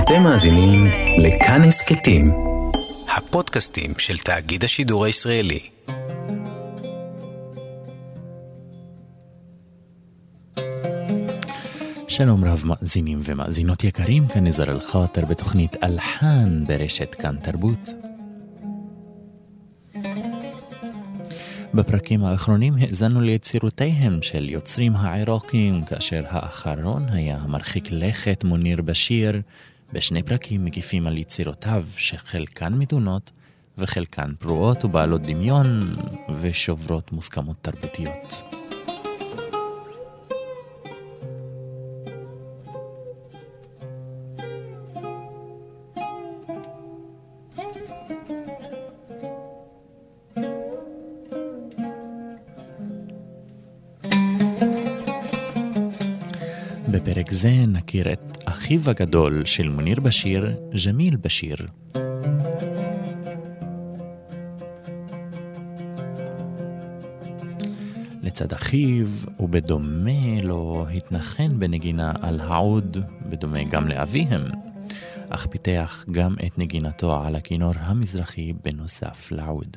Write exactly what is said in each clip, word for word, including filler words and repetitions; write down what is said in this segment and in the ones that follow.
אתם מאזינים לכאן הסכתים, הפודקאסטים של תאגיד השידור הישראלי. שלום רב מאזינים ומאזינות יקרים, כאן נזר אל-חאטר בתוכנית אלחן ברשת כאן תרבות. בפרקים האחרונים האזנו ליצירותיהם של יוצרים העיראקים, כאשר האחרון היה המרחיק לכת מוניר בשיר, בשני פרקים מקיפים על יצירותיו שחלקן מדונות וחלקן פרועות ובעלות דמיון ושוברות מוסכמות תרבותיות. בפרק זה נכיר את אחיו הגדול של מוניר בשיר, ג'מיל בשיר. לצד אחיו, ובדומה לו, התנחן בנגינה על העוד, בדומה גם לאביהם, אך פיתח גם את נגינתו על הכינור המזרחי בנוסף לעוד.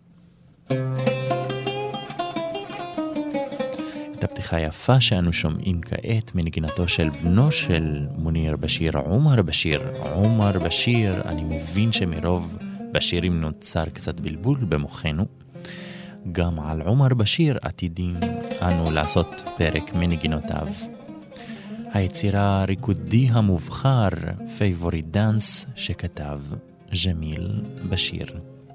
את הפתיחה היפה שאנו שומעים כעת מנגינתו של בנו של מוניר בשיר, עומר בשיר. עומר בשיר, אני מבין שמרוב בשירים נוצר קצת בלבול במוחנו. גם על עומר בשיר עתידים אנו לעשות פרק מנגינותיו. היצירה ריקודי המובחר, פייבוריט דאנס, שכתב ג'מיל בשיר.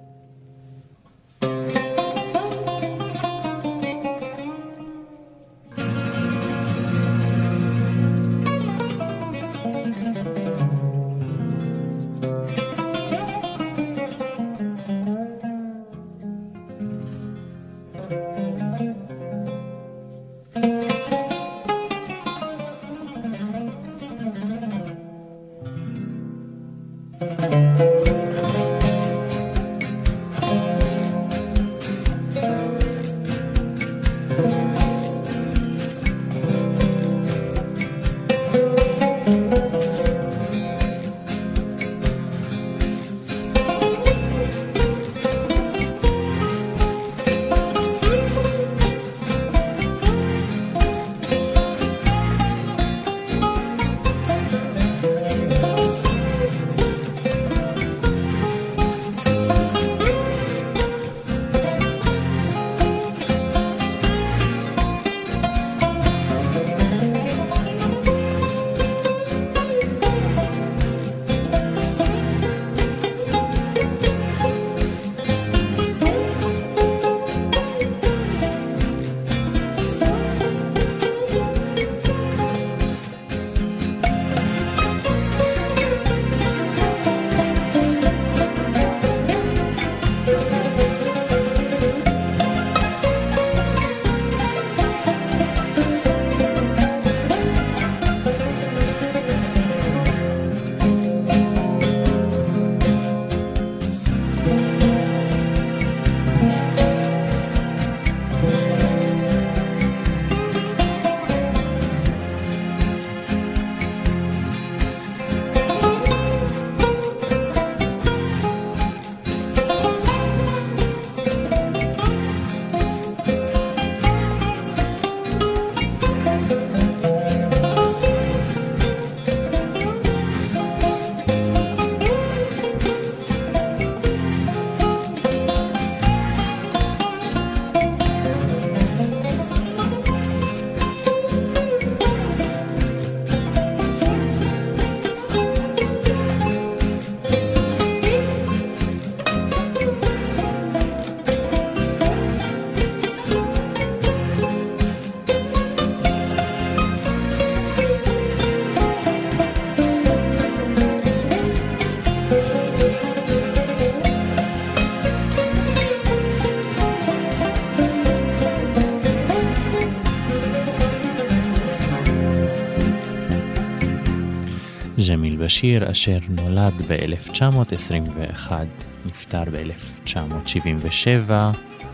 ג'מיל בשיר, אשר נולד ב-אלף תשע מאות עשרים ואחת, נפטר ב-אלף תשע מאות שבעים ושבע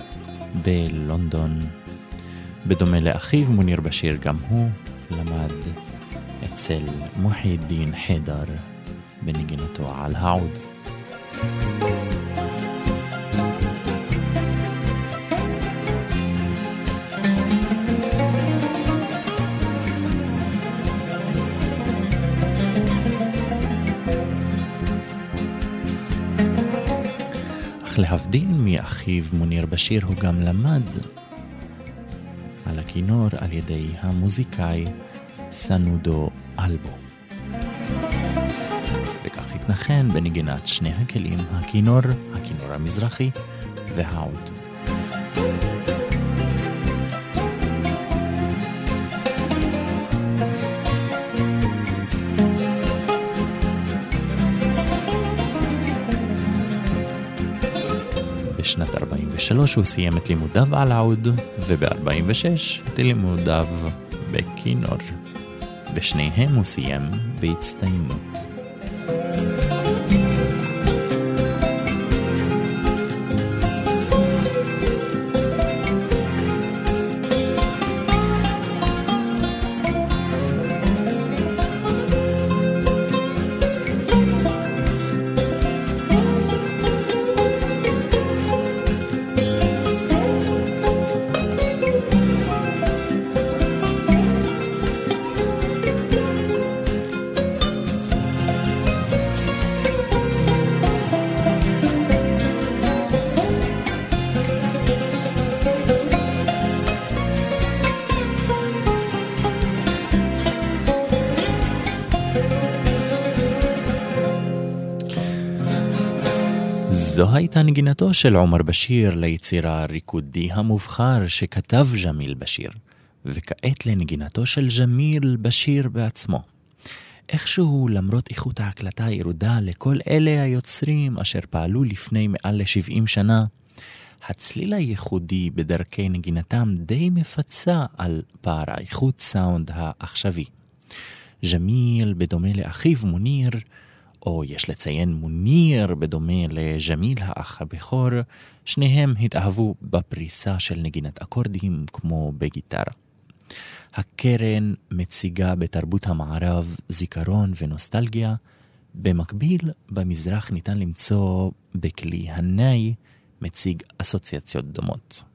בלונדון. בדומה לאחיו מוניר בשיר, גם הוא למד אצל מוחי א-דין חיידר בנגינתו על העוד. אך להבדיל מאחיו מוניר בשיר, הוא גם למד על הכינור על ידי המוזיקאי סנודו אלבו. וכך התנחן בנגינת שני הכלים, הכינור, הכינור המזרחי והעוד. בשנת ארבעים ושלוש הוא סיים את לימודיו על העוד, וב-ארבעים ושש את לימודיו בכינור. בשניהם הוא סיים בהצטיינות. זו הייתה נגינתו של עומר בשיר ליצירה ריקודי המובחר שכתב ג'מיל בשיר, וכעת לנגינתו של ג'מיל בשיר בעצמו. איכשהו, למרות איכות ההקלטה הירודה לכל אלה היוצרים אשר פעלו לפני מעל ל-שבעים שנה, הצליל הייחודי בדרכי נגינתם די מפצה על פער האיכות סאונד העכשווי. ג'מיל, בדומה לאחיו מוניר, או יש לציין מוניר בדומה לג'מיל האח הבכור, שניהם התאהבו בפריסה של נגינת אקורדים כמו בגיטרה. הקרן מציגה בתרבות המערב זיכרון ונוסטלגיה, במקביל במזרח ניתן למצוא בכלי הנאי מציג אסוציאציות דומות.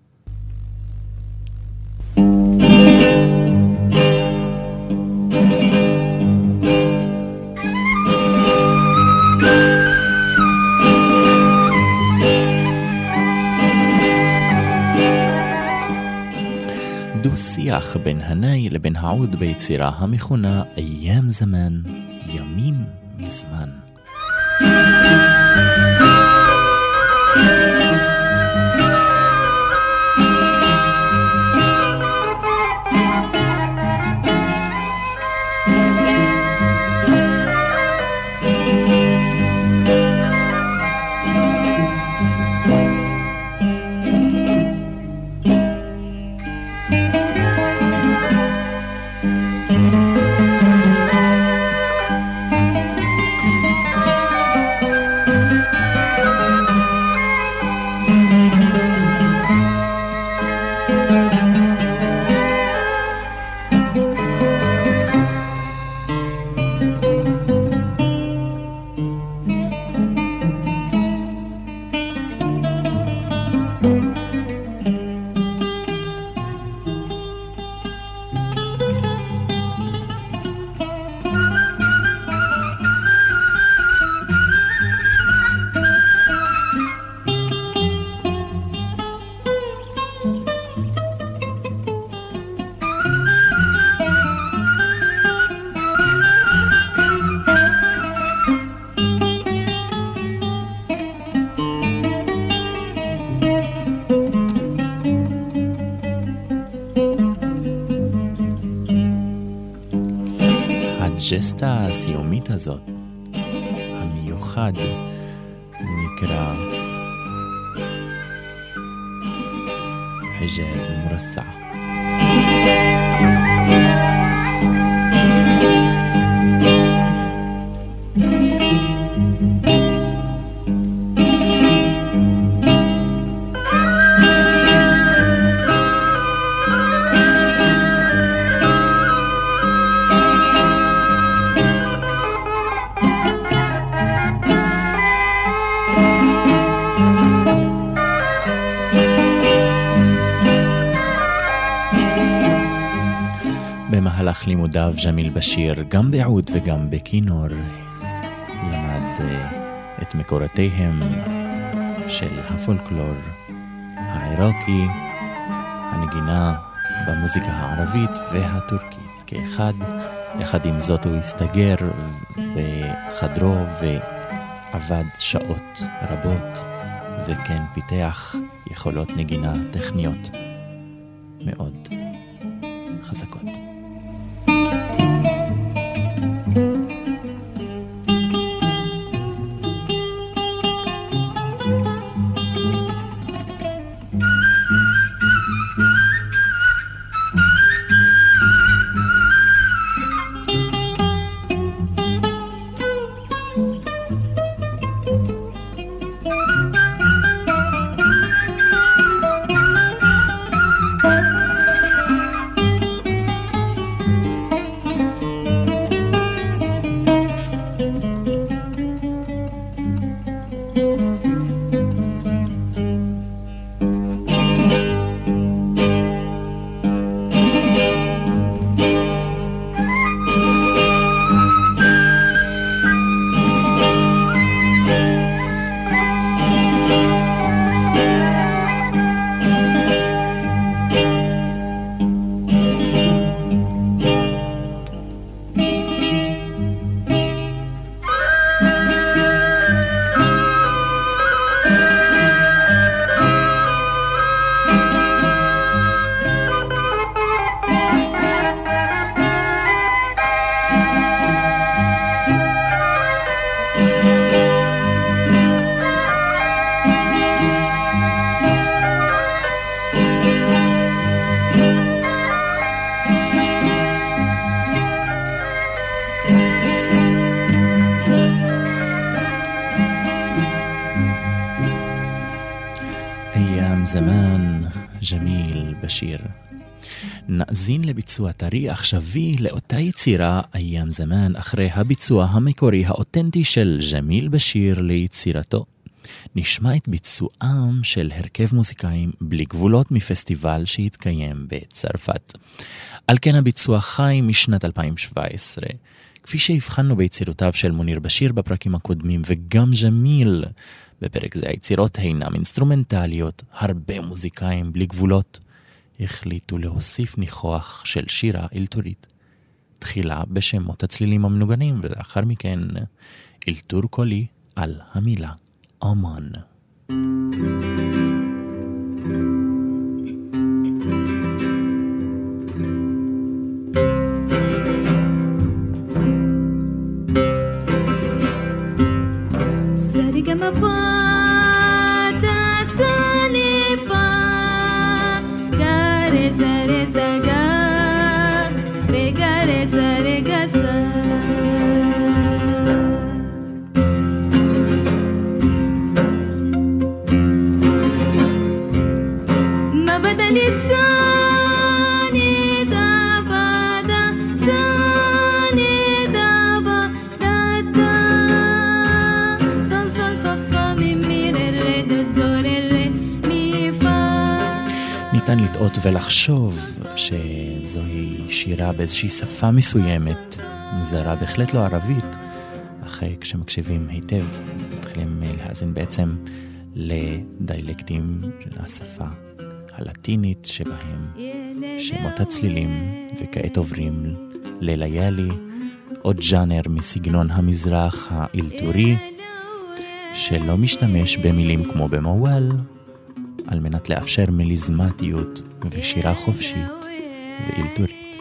דו-שיח בין הנאי לבין העוד ביצירה המכונה איים זמן, ימים מזמן. הג'סטה הסיומית הזאת, המיוחד, הוא נקרא חג'אז מורסע. במהלך לימודיו ג'מיל בשיר גם בעוד וגם בכינור. למד את מקורותיהם של הפולקלור העיראקי, הנגינה במוזיקה הערבית והטורקית כאחד. יחד עם זאת הוא הסתגר בחדרו ועבד שעות רבות, וכן פיתח יכולות נגינה טכניות מאוד חזקות. זמן ג'מיל בשיר. נאזין לביצוע טרי עכשווי לאותה יצירה איים זמן אחרי הביצוע המקורי האותנטי של ג'מיל בשיר ליצירתו. נשמע את ביצועם של הרכב מוזיקאים בלי גבולות מפסטיבל שהתקיים בצרפת. על כן הביצוע חי משנת אלפיים שבע עשרה. כפי שהבחנו ביצירותיו של מוניר בשיר בפרקים הקודמים, וגם ג'מיל בפרק זה, היצירות הינם אינסטרומנטליות. הרבה מוזיקאים בלי גבולות החליטו להוסיף ניחוח של שירה אלתורית, תחילה בשמות הצלילים המנוגנים, ולאחר מכן אלתור קולי על המילה אמן. ניתן לטעות ולחשוב שזוהי שירה באיזושהי שפה מסוימת, מוזרה, בהחלט לא ערבית, אחרי כשמקשיבים היטב מתחילים להאזין בעצם לדיאלקטים של השפה הלטינית שבהם שמות הצלילים, וכעת עוברים לליאלי, עוד ז'אנר מסגנון המזרח האלתורי שלא משתמש במילים כמו במוואל, על מנת לאפשר מליזמטיות ושירה חופשית ואלתורית.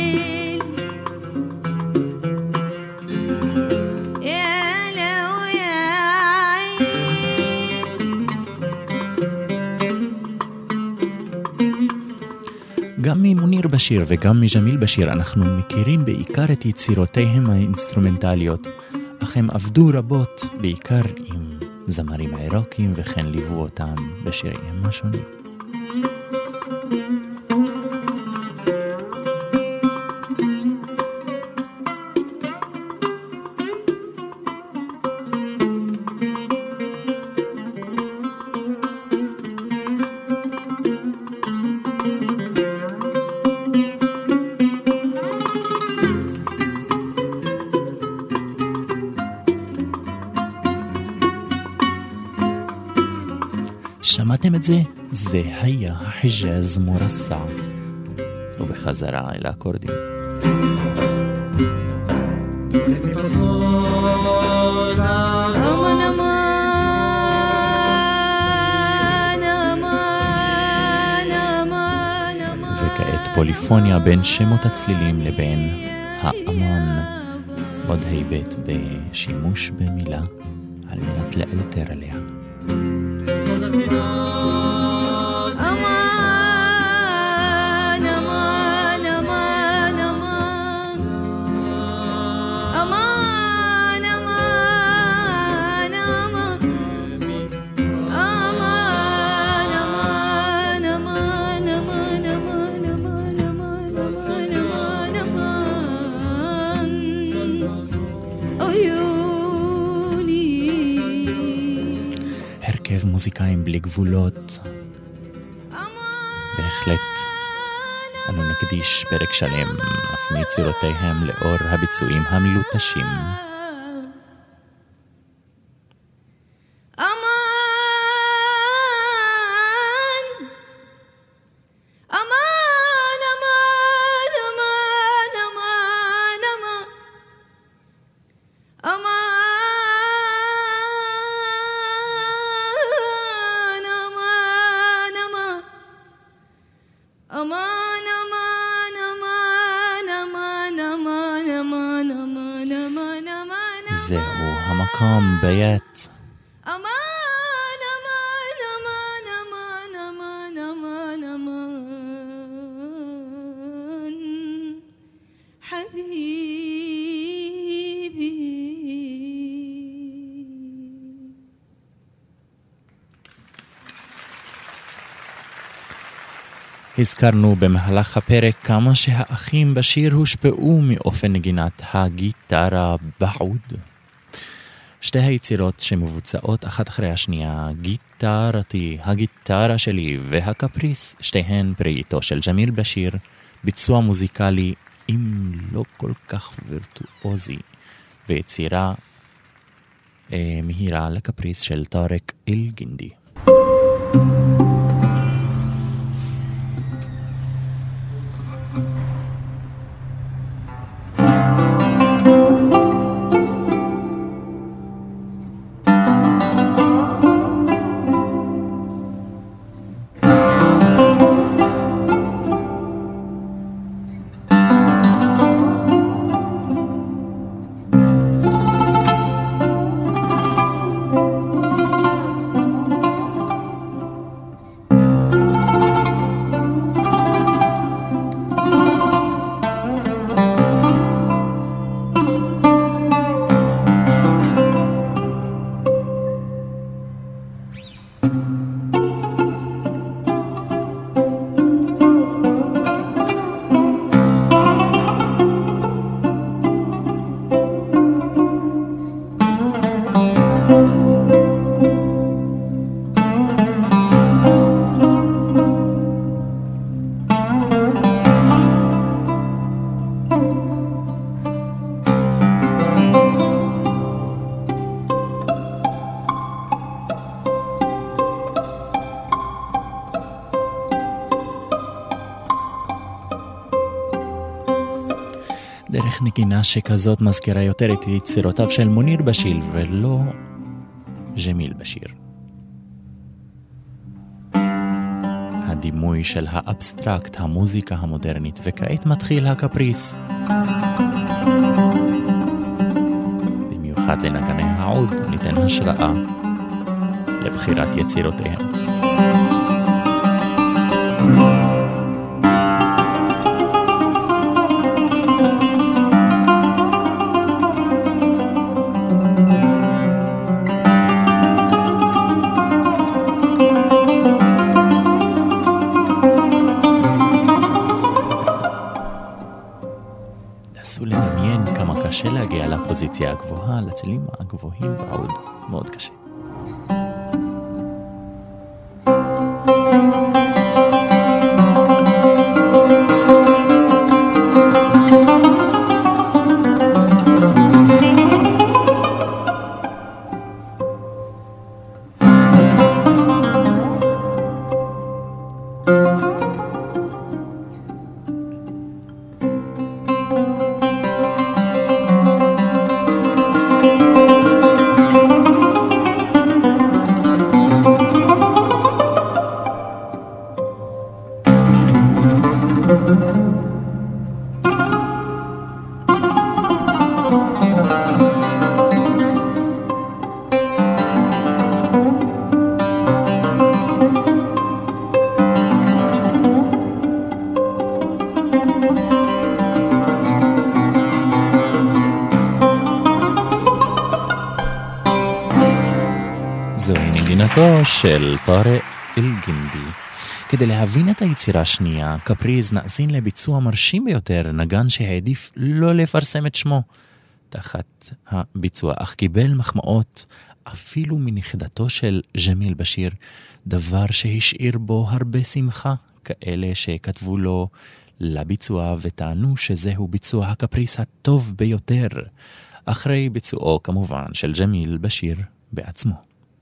גם ממוניר בשיר וגם מג'מיל בשיר אנחנו מכירים בעיקר את יצירותיהם האינסטרומנטליות, אך הם עבדו רבות בעיקר עם זמרים עיראקים וכן ליוו אותם בשיריהם השונים. שמעתם את זה? זה היה החיג'אז מורסע. ובחזרה אל האקורדים. וכעת פוליפוניה בין שמות הצלילים לבין האמן, עוד היבט בשימוש במילה על מנת לאלתר עליה. מוזיקאים בלי גבולות. בהחלט אנו נקדיש פרק שלם אף מיצירותיהם לאור הביצועים המלוטשים. זהו המקום בית. הזכרנו במהלך הפרק כמה שהאחים בשיר הושפעו מאופן נגינת הגיטרה בעוד. שתי היצירות שמבוצעות אחת אחרי השנייה, גיטרתי, הגיטרה שלי והקפריס, שתיהן פרי-עטו של ג'מיל בשיר, ביצוע מוזיקלי אם לא כל כך וירטואוזי, ויצירה אה, מהירה לקפריס של טארק אל-גינדי. דרך נגינה שכזאת מזכירה יותר את יצירותיו של מוניר בשיר ולא ג'מיל בשיר. הדימוי של האבסטרקט, המוזיקה המודרנית, וכעת מתחיל הקפריס. במיוחד לנגני העוד ניתן השראה לבחירת יצירותיהם. קשה להגיע לפוזיציה הגבוהה, לצלילים הגבוהים בעוד, מאוד קשה. זוהי נגינתו של טארק אל-גינדי. כדי להבין את היצירה השנייה, קפריז נאזין לביצוע מרשים ביותר, נגן שהעדיף לא לפרסם את שמו תחת הביצוע, אך קיבל מחמאות אפילו מנכדתו של ג'מיל בשיר, דבר שהשאיר בו הרבה שמחה, כאלה שכתבו לו לביצוע וטענו שזהו ביצוע הקפריס הטוב ביותר, אחרי ביצועו כמובן של ג'מיל בשיר בעצמו.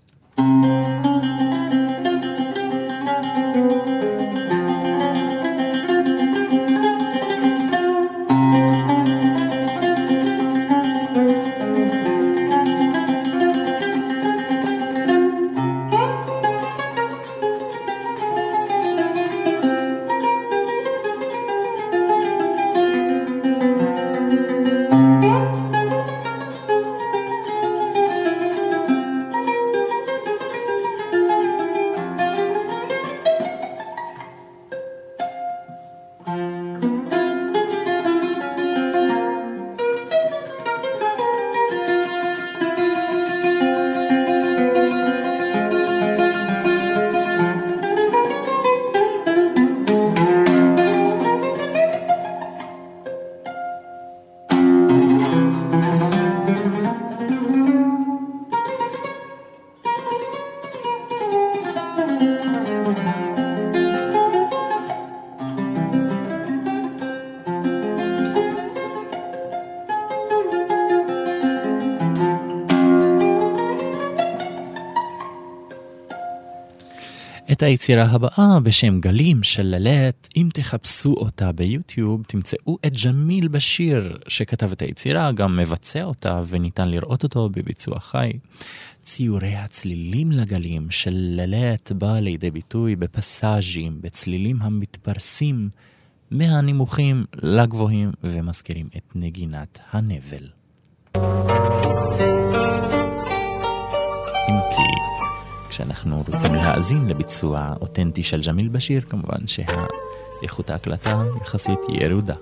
את היצירה הבאה בשם גלים של ללט, אם תחפשו אותה ביוטיוב תמצאו את ג'מיל בשיר שכתב את היצירה, גם מבצע אותה וניתן לראות אותו בביצוע חי. ציורי הצלילים לגלים של ללט בא לידי ביטוי בפסאז'ים, בצלילים המתפרסים מהנמוכים לגבוהים ומזכירים את נגינת הנבל. אם כי כשאנחנו רוצים להאזין לביצוע אותנטי של ג'מיל בשיר, כמובן שהאיכות ההקלטה יחסית ירודה.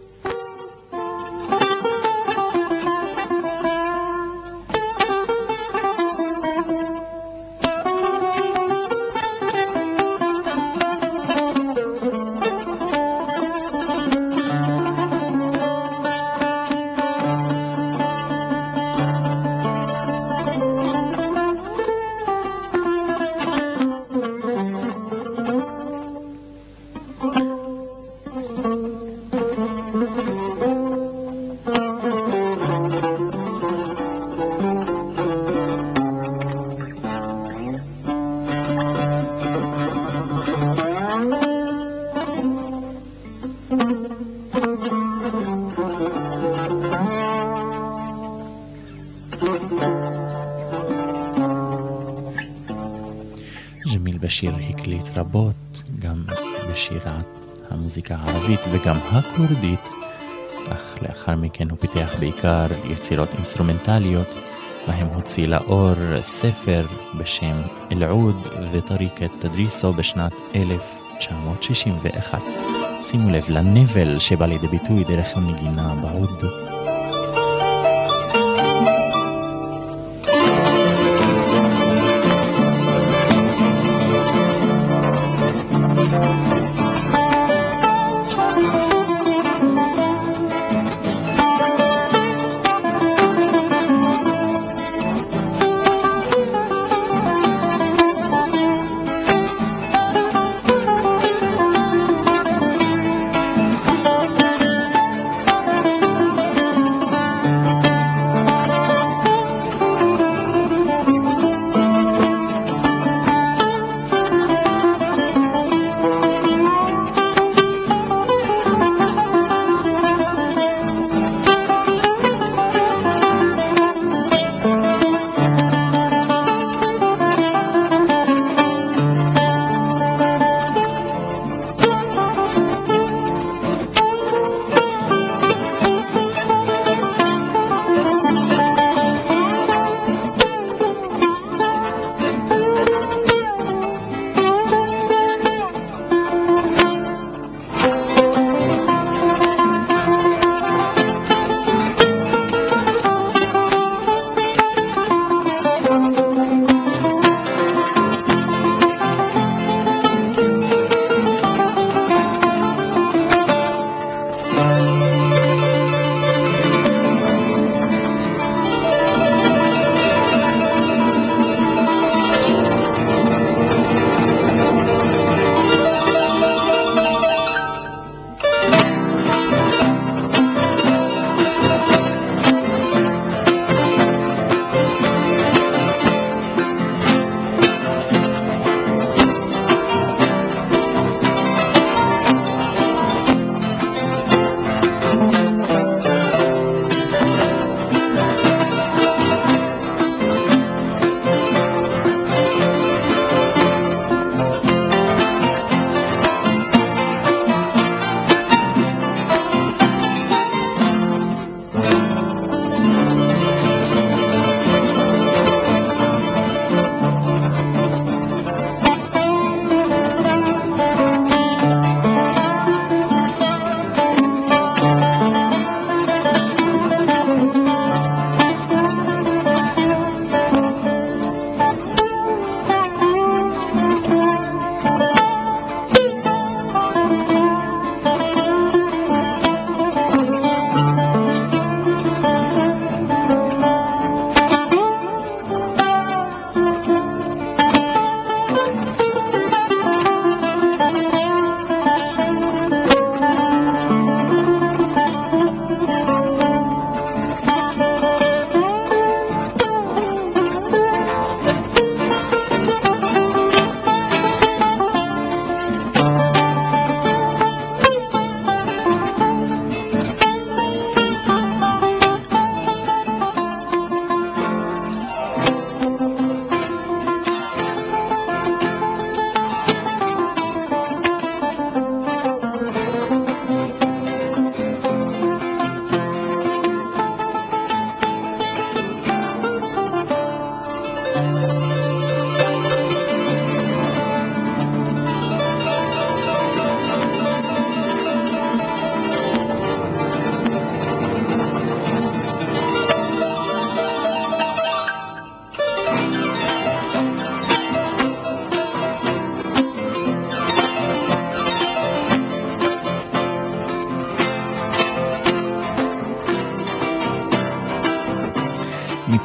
בשיר הקליט רבות, גם בשירת המוזיקה הערבית וגם הקורדית, אך לאחר מכן הוא פיתח בעיקר יצירות אינסטרומנטליות, בהם הוציא לאור ספר בשם אל-עוד וטריקת תדריסו בשנת אלף תשע מאות שישים ואחת. שימו לב לנבל שבא לידי ביטוי דרך הנגינה בעוד.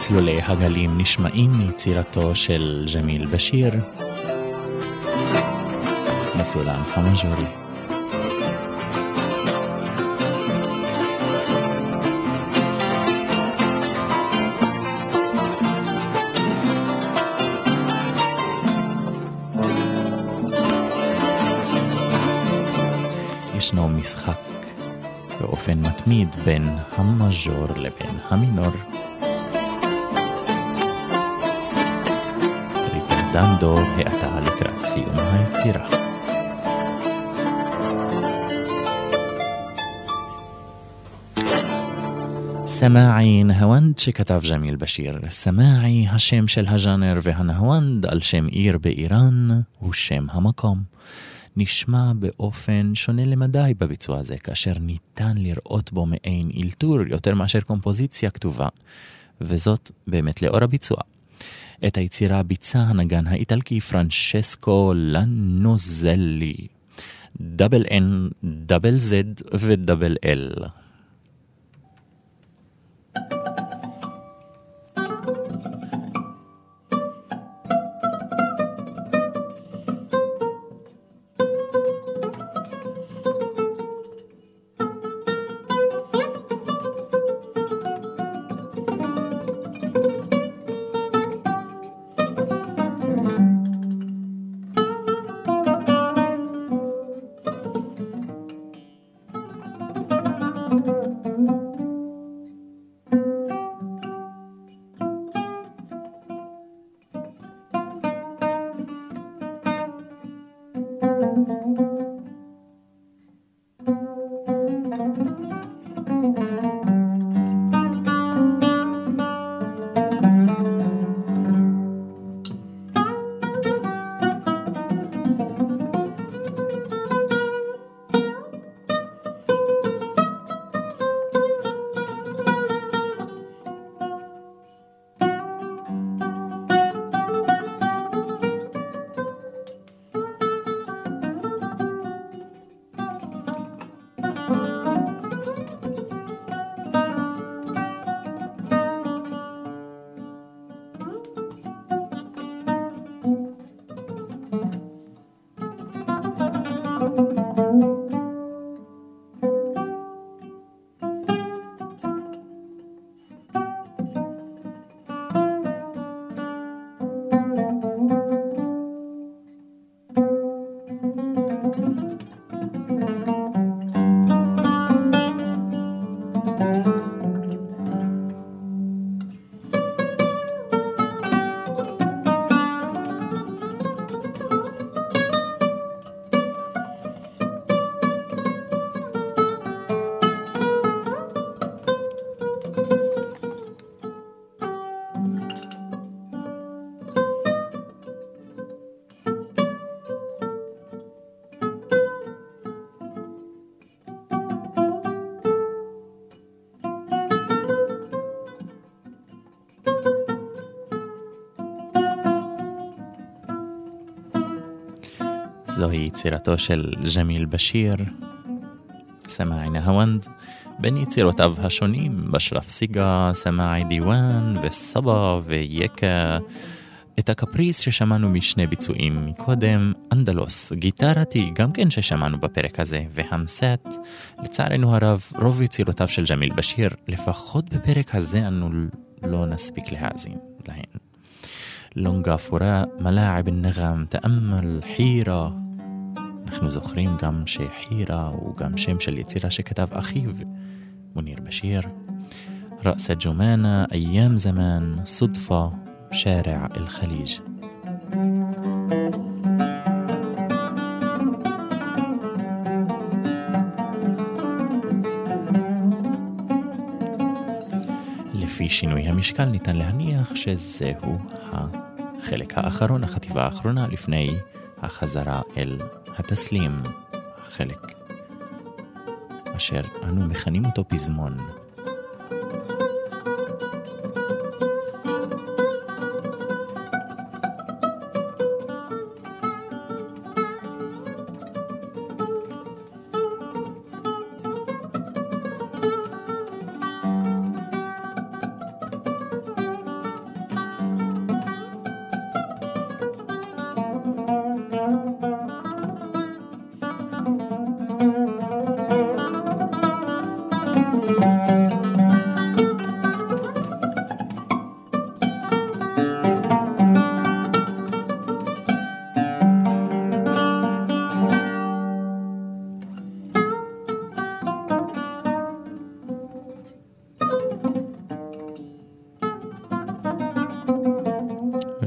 צלולי הגלים נשמעים מיצירתו של ג'מיל בשיר, בסולם המז'ורי. ישנו משחק באופן מתמיד בין המז'ור לבין המינור, ריטרדנדו האטה לקראת סיום היצירה. סמאעי נהוונד שכתב ג'מיל בשיר. סמאעי, השם של הז'אנר, והנהוונד על שם עיר באיראן הוא שם המקום. נשמע באופן שונה למדי בביצוע הזה, כאשר ניתן לראות בו מעין אילתור יותר מאשר קומפוזיציה כתובה, וזאת באמת לאור הביצוע. את היצירה ביצע הנגן האיטלקי פרנצ'סקו לנוזלי, דאבל אן, דאבל זד ודאבל אל. זוהי יצירתו של ג'מיל בשיר, סמאעי נהוונד, בין יצירותיו השונים, בשרף סיגה, סמאעי דיוואן וסבא ויקה. את הקפריס ששמענו משני ביצועים מקודם, אנדלוס, גיטרתי גם כן ששמענו בפרק הזה, והמסט. לצערנו הרב, רוב יצירותיו של ג'מיל בשיר, לפחות בפרק הזה אנו לא נספיק להאזין להן. לונגה פורה, מלאעב النغم, תאמל, חירה. אנחנו זוכרים גם שחירה הוא גם שם של יצירה שכתב אחיו, מוניר בשיר. רأس جمانة, أيام زمان, صدفة, شارع الخليج. לפי שינוי המשקל ניתן להניח שזהו החלק האחרון, החטיבה האחרונה לפני החזרה אל התסלים, החלק אשר אנו מכנים אותו פזמון.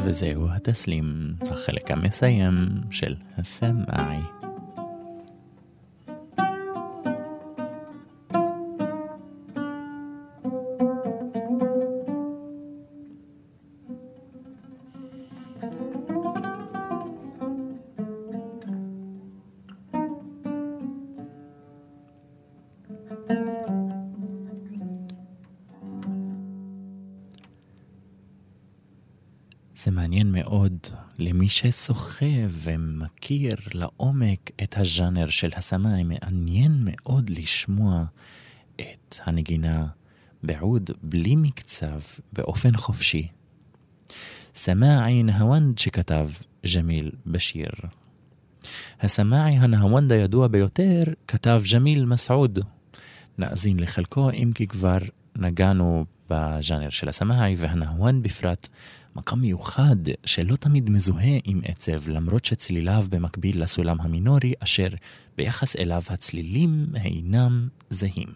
וזהו התסלים, החלק המסיים של הסמאי. זה מעניין מאוד למי ששוחה ומכיר לעומק את הז'אנר של הסמאי, מעניין מאוד לשמוע את הנגינה בעוד בלי מקצב באופן חופשי. סמאעי נהוונד שכתב ג'מיל בשיר. הסמאעי הנהוונד הידוע ביותר כתב ג'מיל מסעוד. נאזין לחלקו אם כי כבר נגענו בז'אנר של הסמאעי והנהוונד בפרט, מקום מיוחד שלא תמיד מזוהה עם עצב, למרות שצליליו במקביל לסולם המינורי, אשר ביחס אליו הצלילים אינם זהים.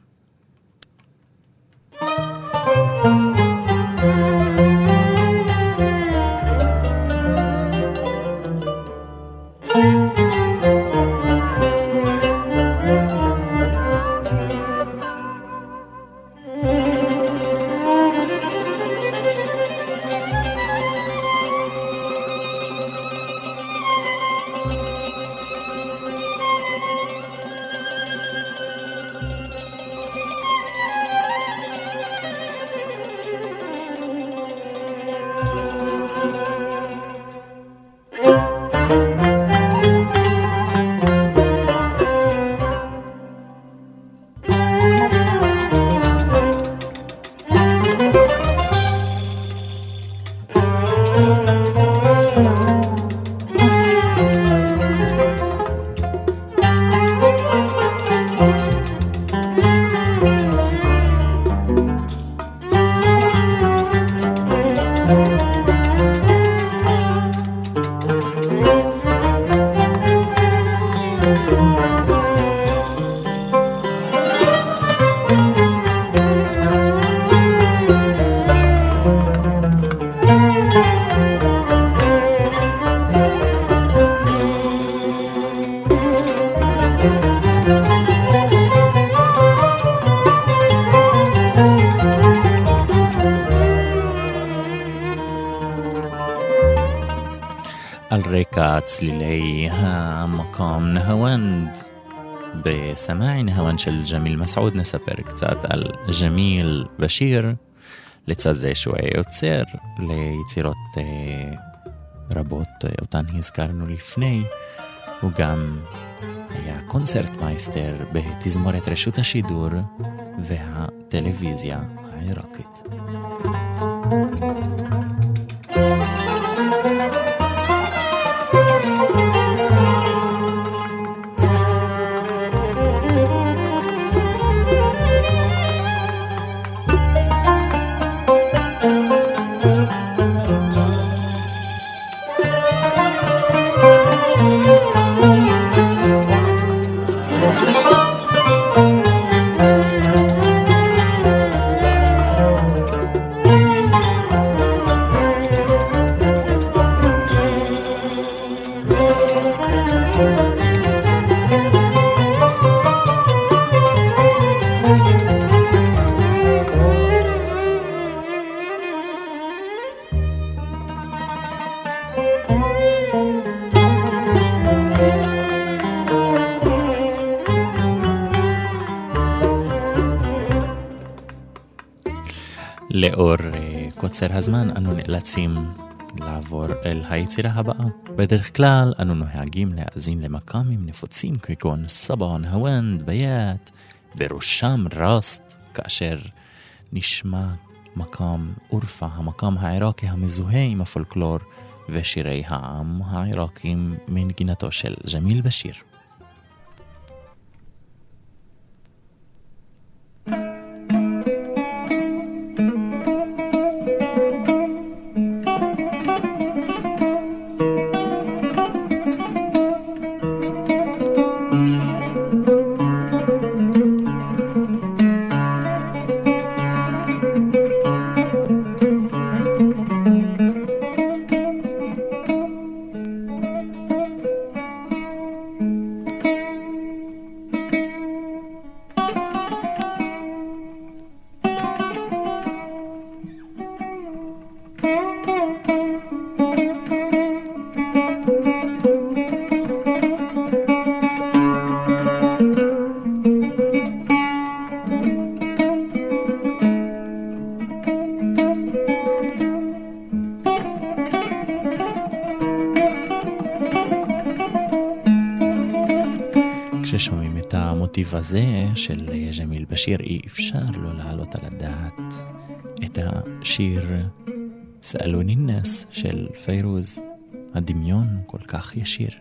על רקע צלילי המקום נהוונד. בסמאעי נהוונד של ג'מיל מסעוד נספר קצת על ג'מיל בשיר, לצד זה שהוא היה יוצר ליצירות אה, רבות אותן הזכרנו לפני. הוא גם היה קונצרט מייסטר בתזמורת רשות השידור והטלוויזיה העיראקית. לאור קוצר הזמן אנו נאלצים לעבור אל היצירה הבאה. בדרך כלל אנו נוהגים להאזין למקאמים נפוצים כגון סבא נהוונד, ביית, בראשם רסט, כאשר נשמע מקאם אורפה, המקאם העיראקי המזוהה עם הפולקלור ושירי העם העיראקים מנגינתו של ג'מיל בשיר. כששומעים את המוטיב הזה של ג'מיל בשיר, אי אפשר לא לעלות על הדעת את השיר סאלוני נס של פיירוז. הדמיון כל כך ישיר.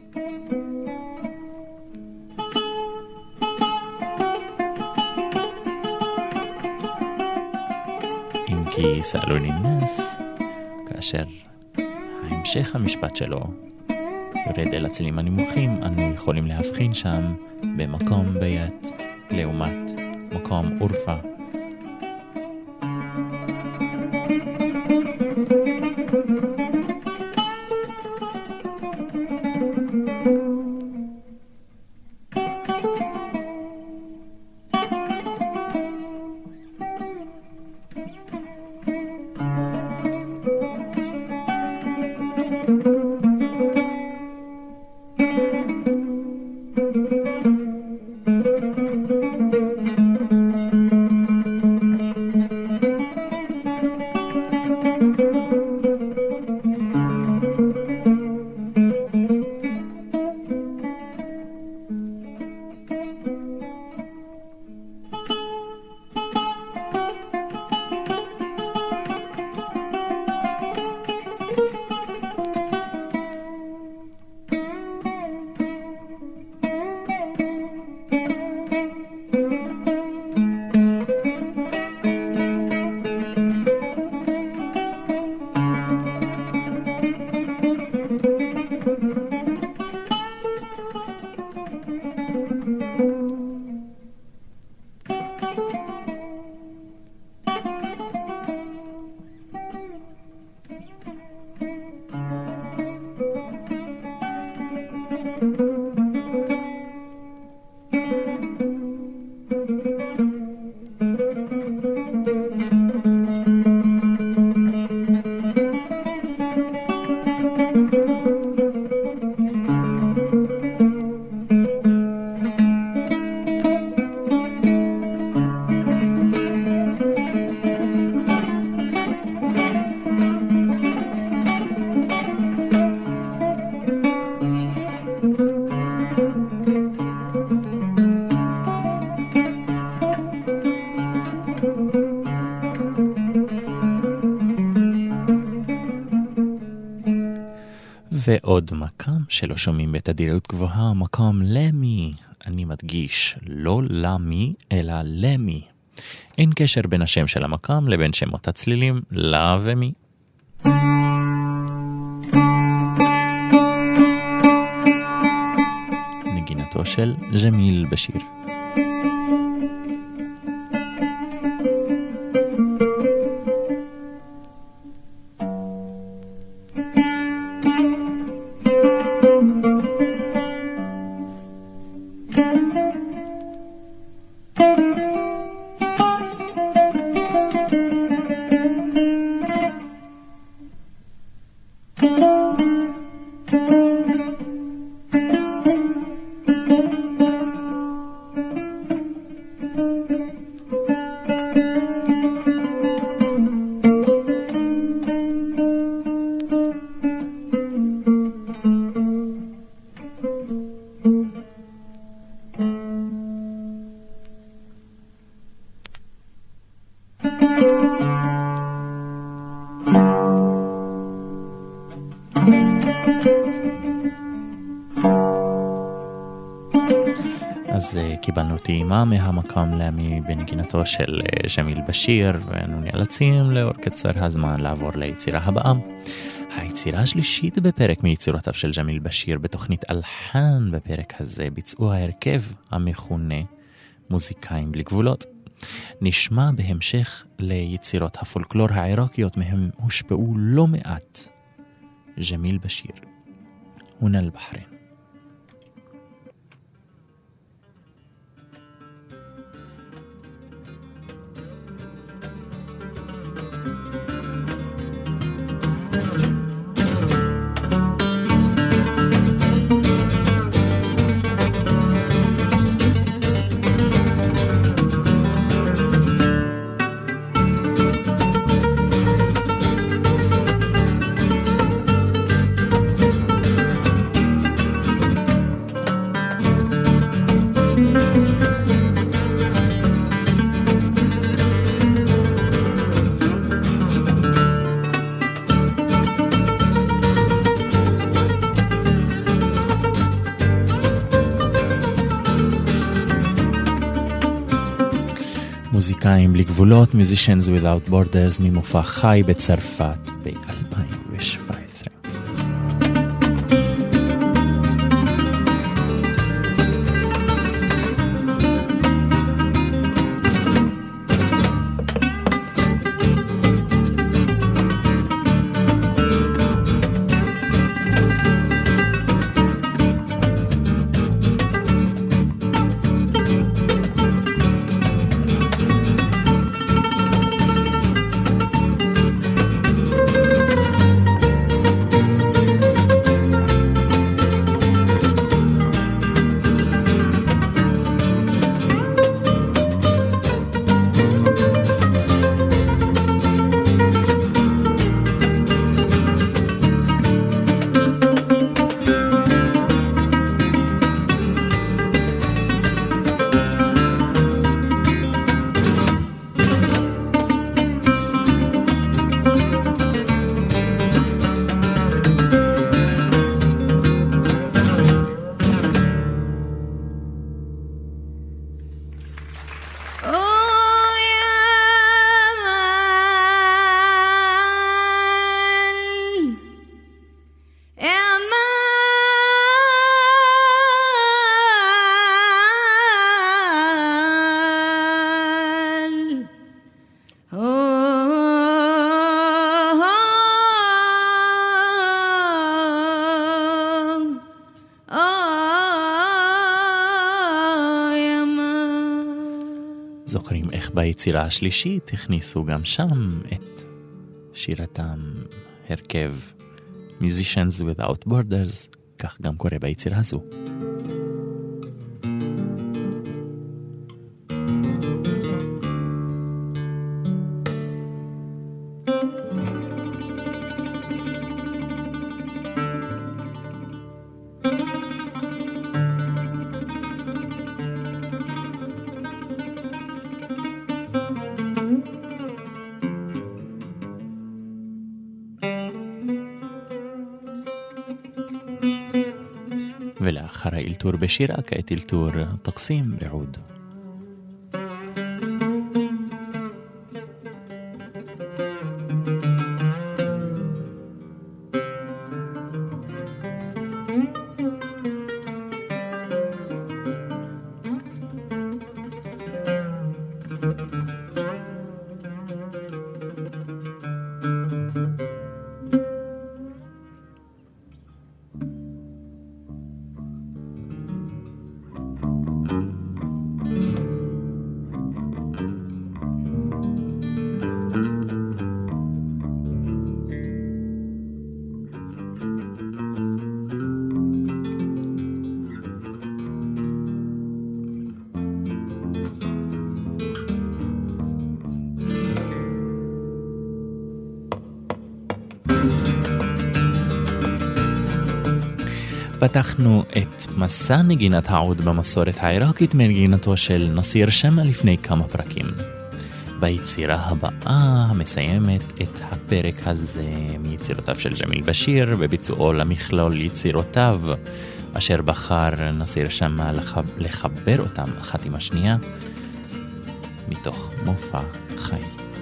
אם כי סאלוני נס, כאשר ההמשך המשפט שלו יורד אל הצלילים הנמוכים, אנו יכולים להבחין שם במקום בית לעומת מקום אורפה. ועוד מקם שלא שומעים בתדירות גבוהה, מקם למי. אני מדגיש, לא למי, אלא למי. אין קשר בין השם של המקם לבין שמות הצלילים, לה ומי. נגינתו של ג'מיל בשיר. אז קיבלנו טעימה מהמקם למי בנגינתו של ג'מיל בשיר, ואנו נאלצים לאור קצר הזמן לעבור ליצירה הבאה. היצירה השלישית בפרק מיצירותיו של ג'מיל בשיר בתוכנית אלחן. בפרק הזה ביצעו ההרכב המכונה מוזיקאים בלי גבולות. נשמע בהמשך ליצירות הפולקלור העיראקיות, מהם הושפעו לא מעט ג'מיל בשיר. הונה אל-בחריין. מוזיקאים בלי גבולות, Musicians Without Borders, ממופע חי בצרפת ב-אלפיים שבע עשרה. זוכרים איך ביצירה השלישית הכניסו גם שם את שירתם הרכב Musicians Without Borders, כך גם קורה ביצירה הזו. ולאחר האלתור בשירה, כעת אלתור תקסים בעוד. פתחנו את מסע נגינת העוד במסורת העיראקית מנגינתו של נסיר שמע לפני כמה פרקים. ביצירה הבאה המסיימת את הפרק הזה מיצירותיו של ג'מיל בשיר בביצועו למכלול יצירותיו, אשר בחר נסיר שמע לחב... לחבר אותם אחת עם השנייה מתוך מופע חי.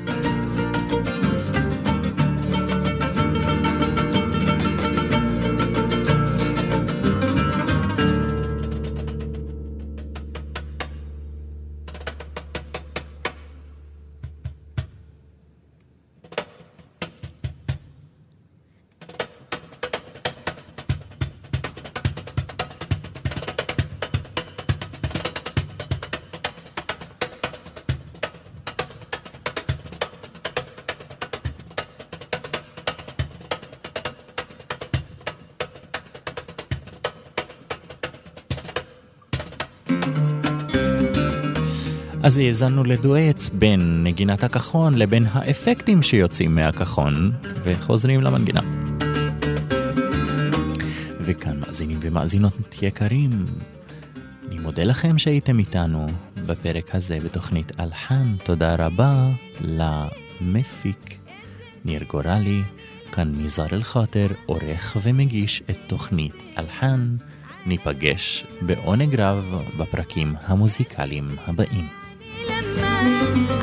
אז האזנו לדואט בין נגינת הכחון לבין האפקטים שיוצאים מהכחון וחוזרים למנגינה. וכאן מאזינים ומאזינות יקרים, אני מודה לכם שהייתם איתנו בפרק הזה בתוכנית אלחן. תודה רבה למפיק ניר גורלי, כאן מזר אל חאטר, עורך ומגיש את תוכנית אלחן. ניפגש בעונג רב בפרקים המוזיקליים הבאים.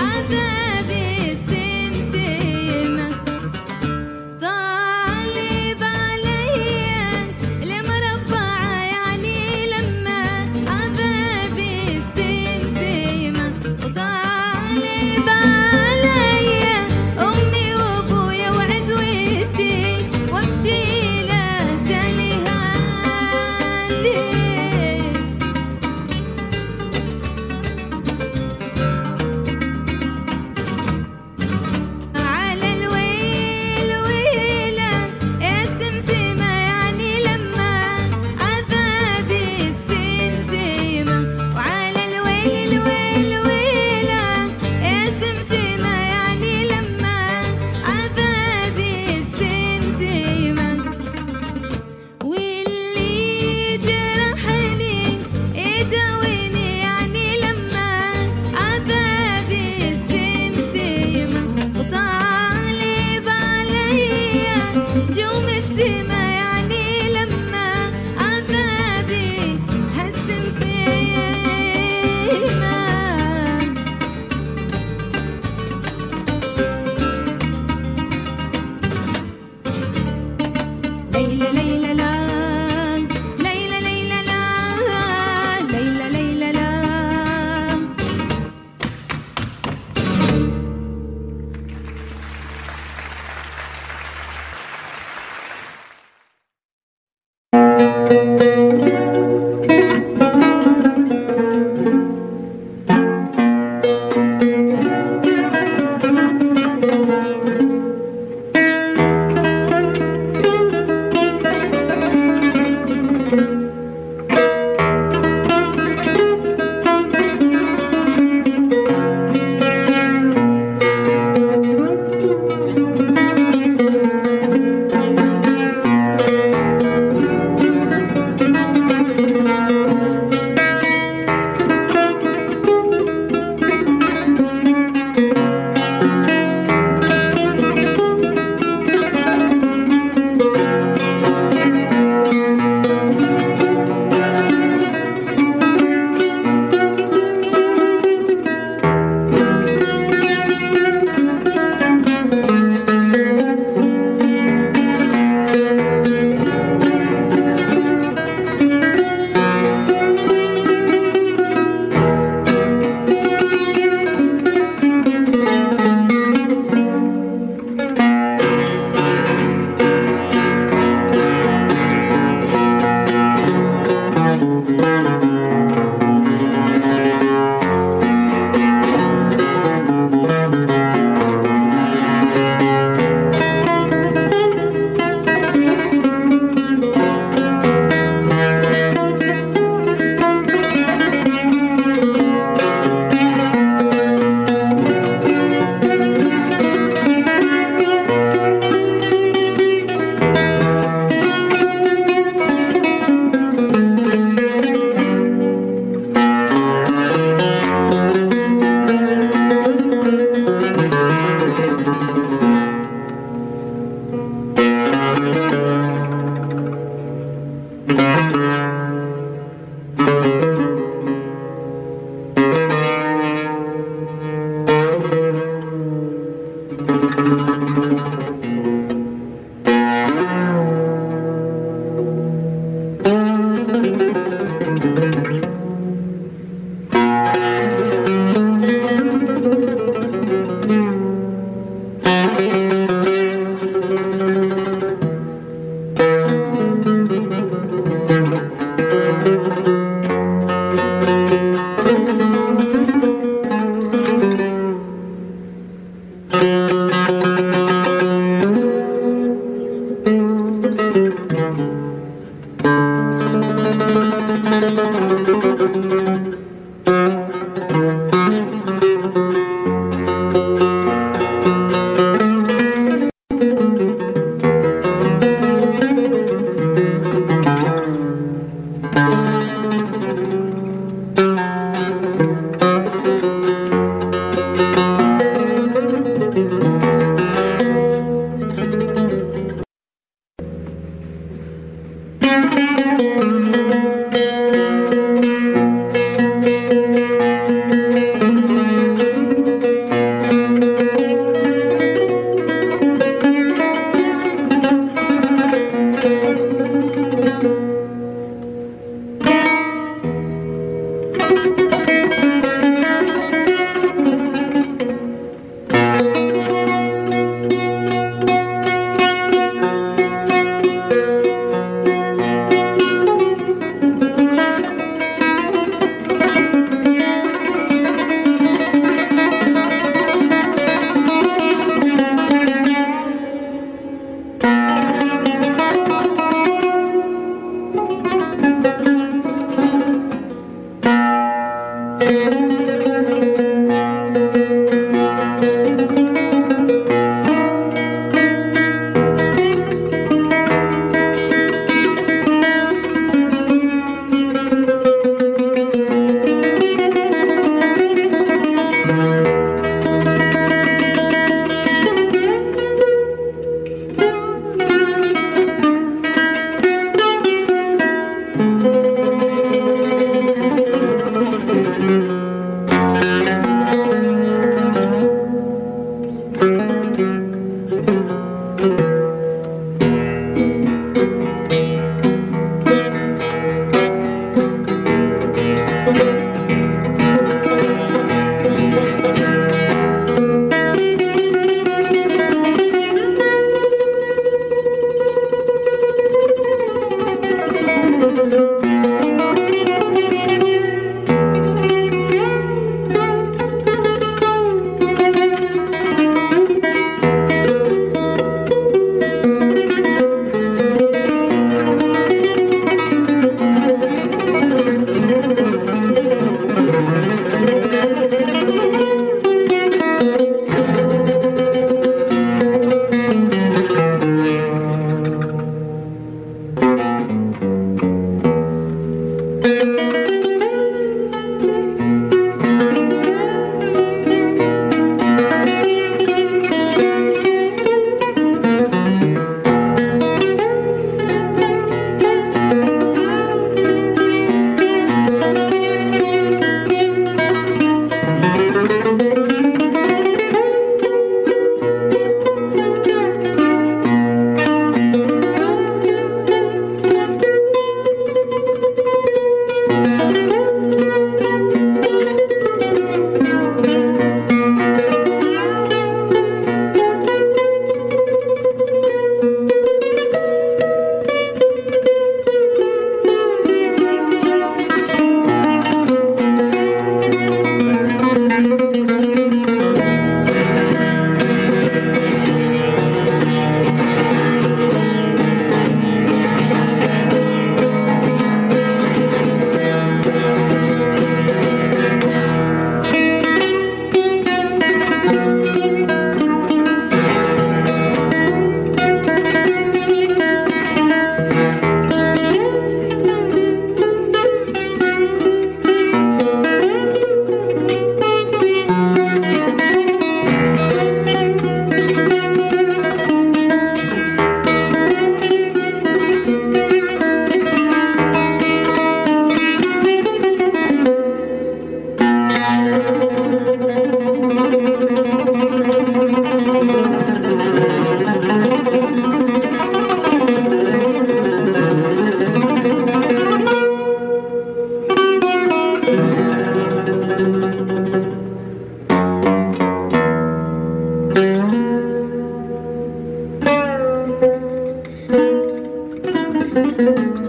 Thank you.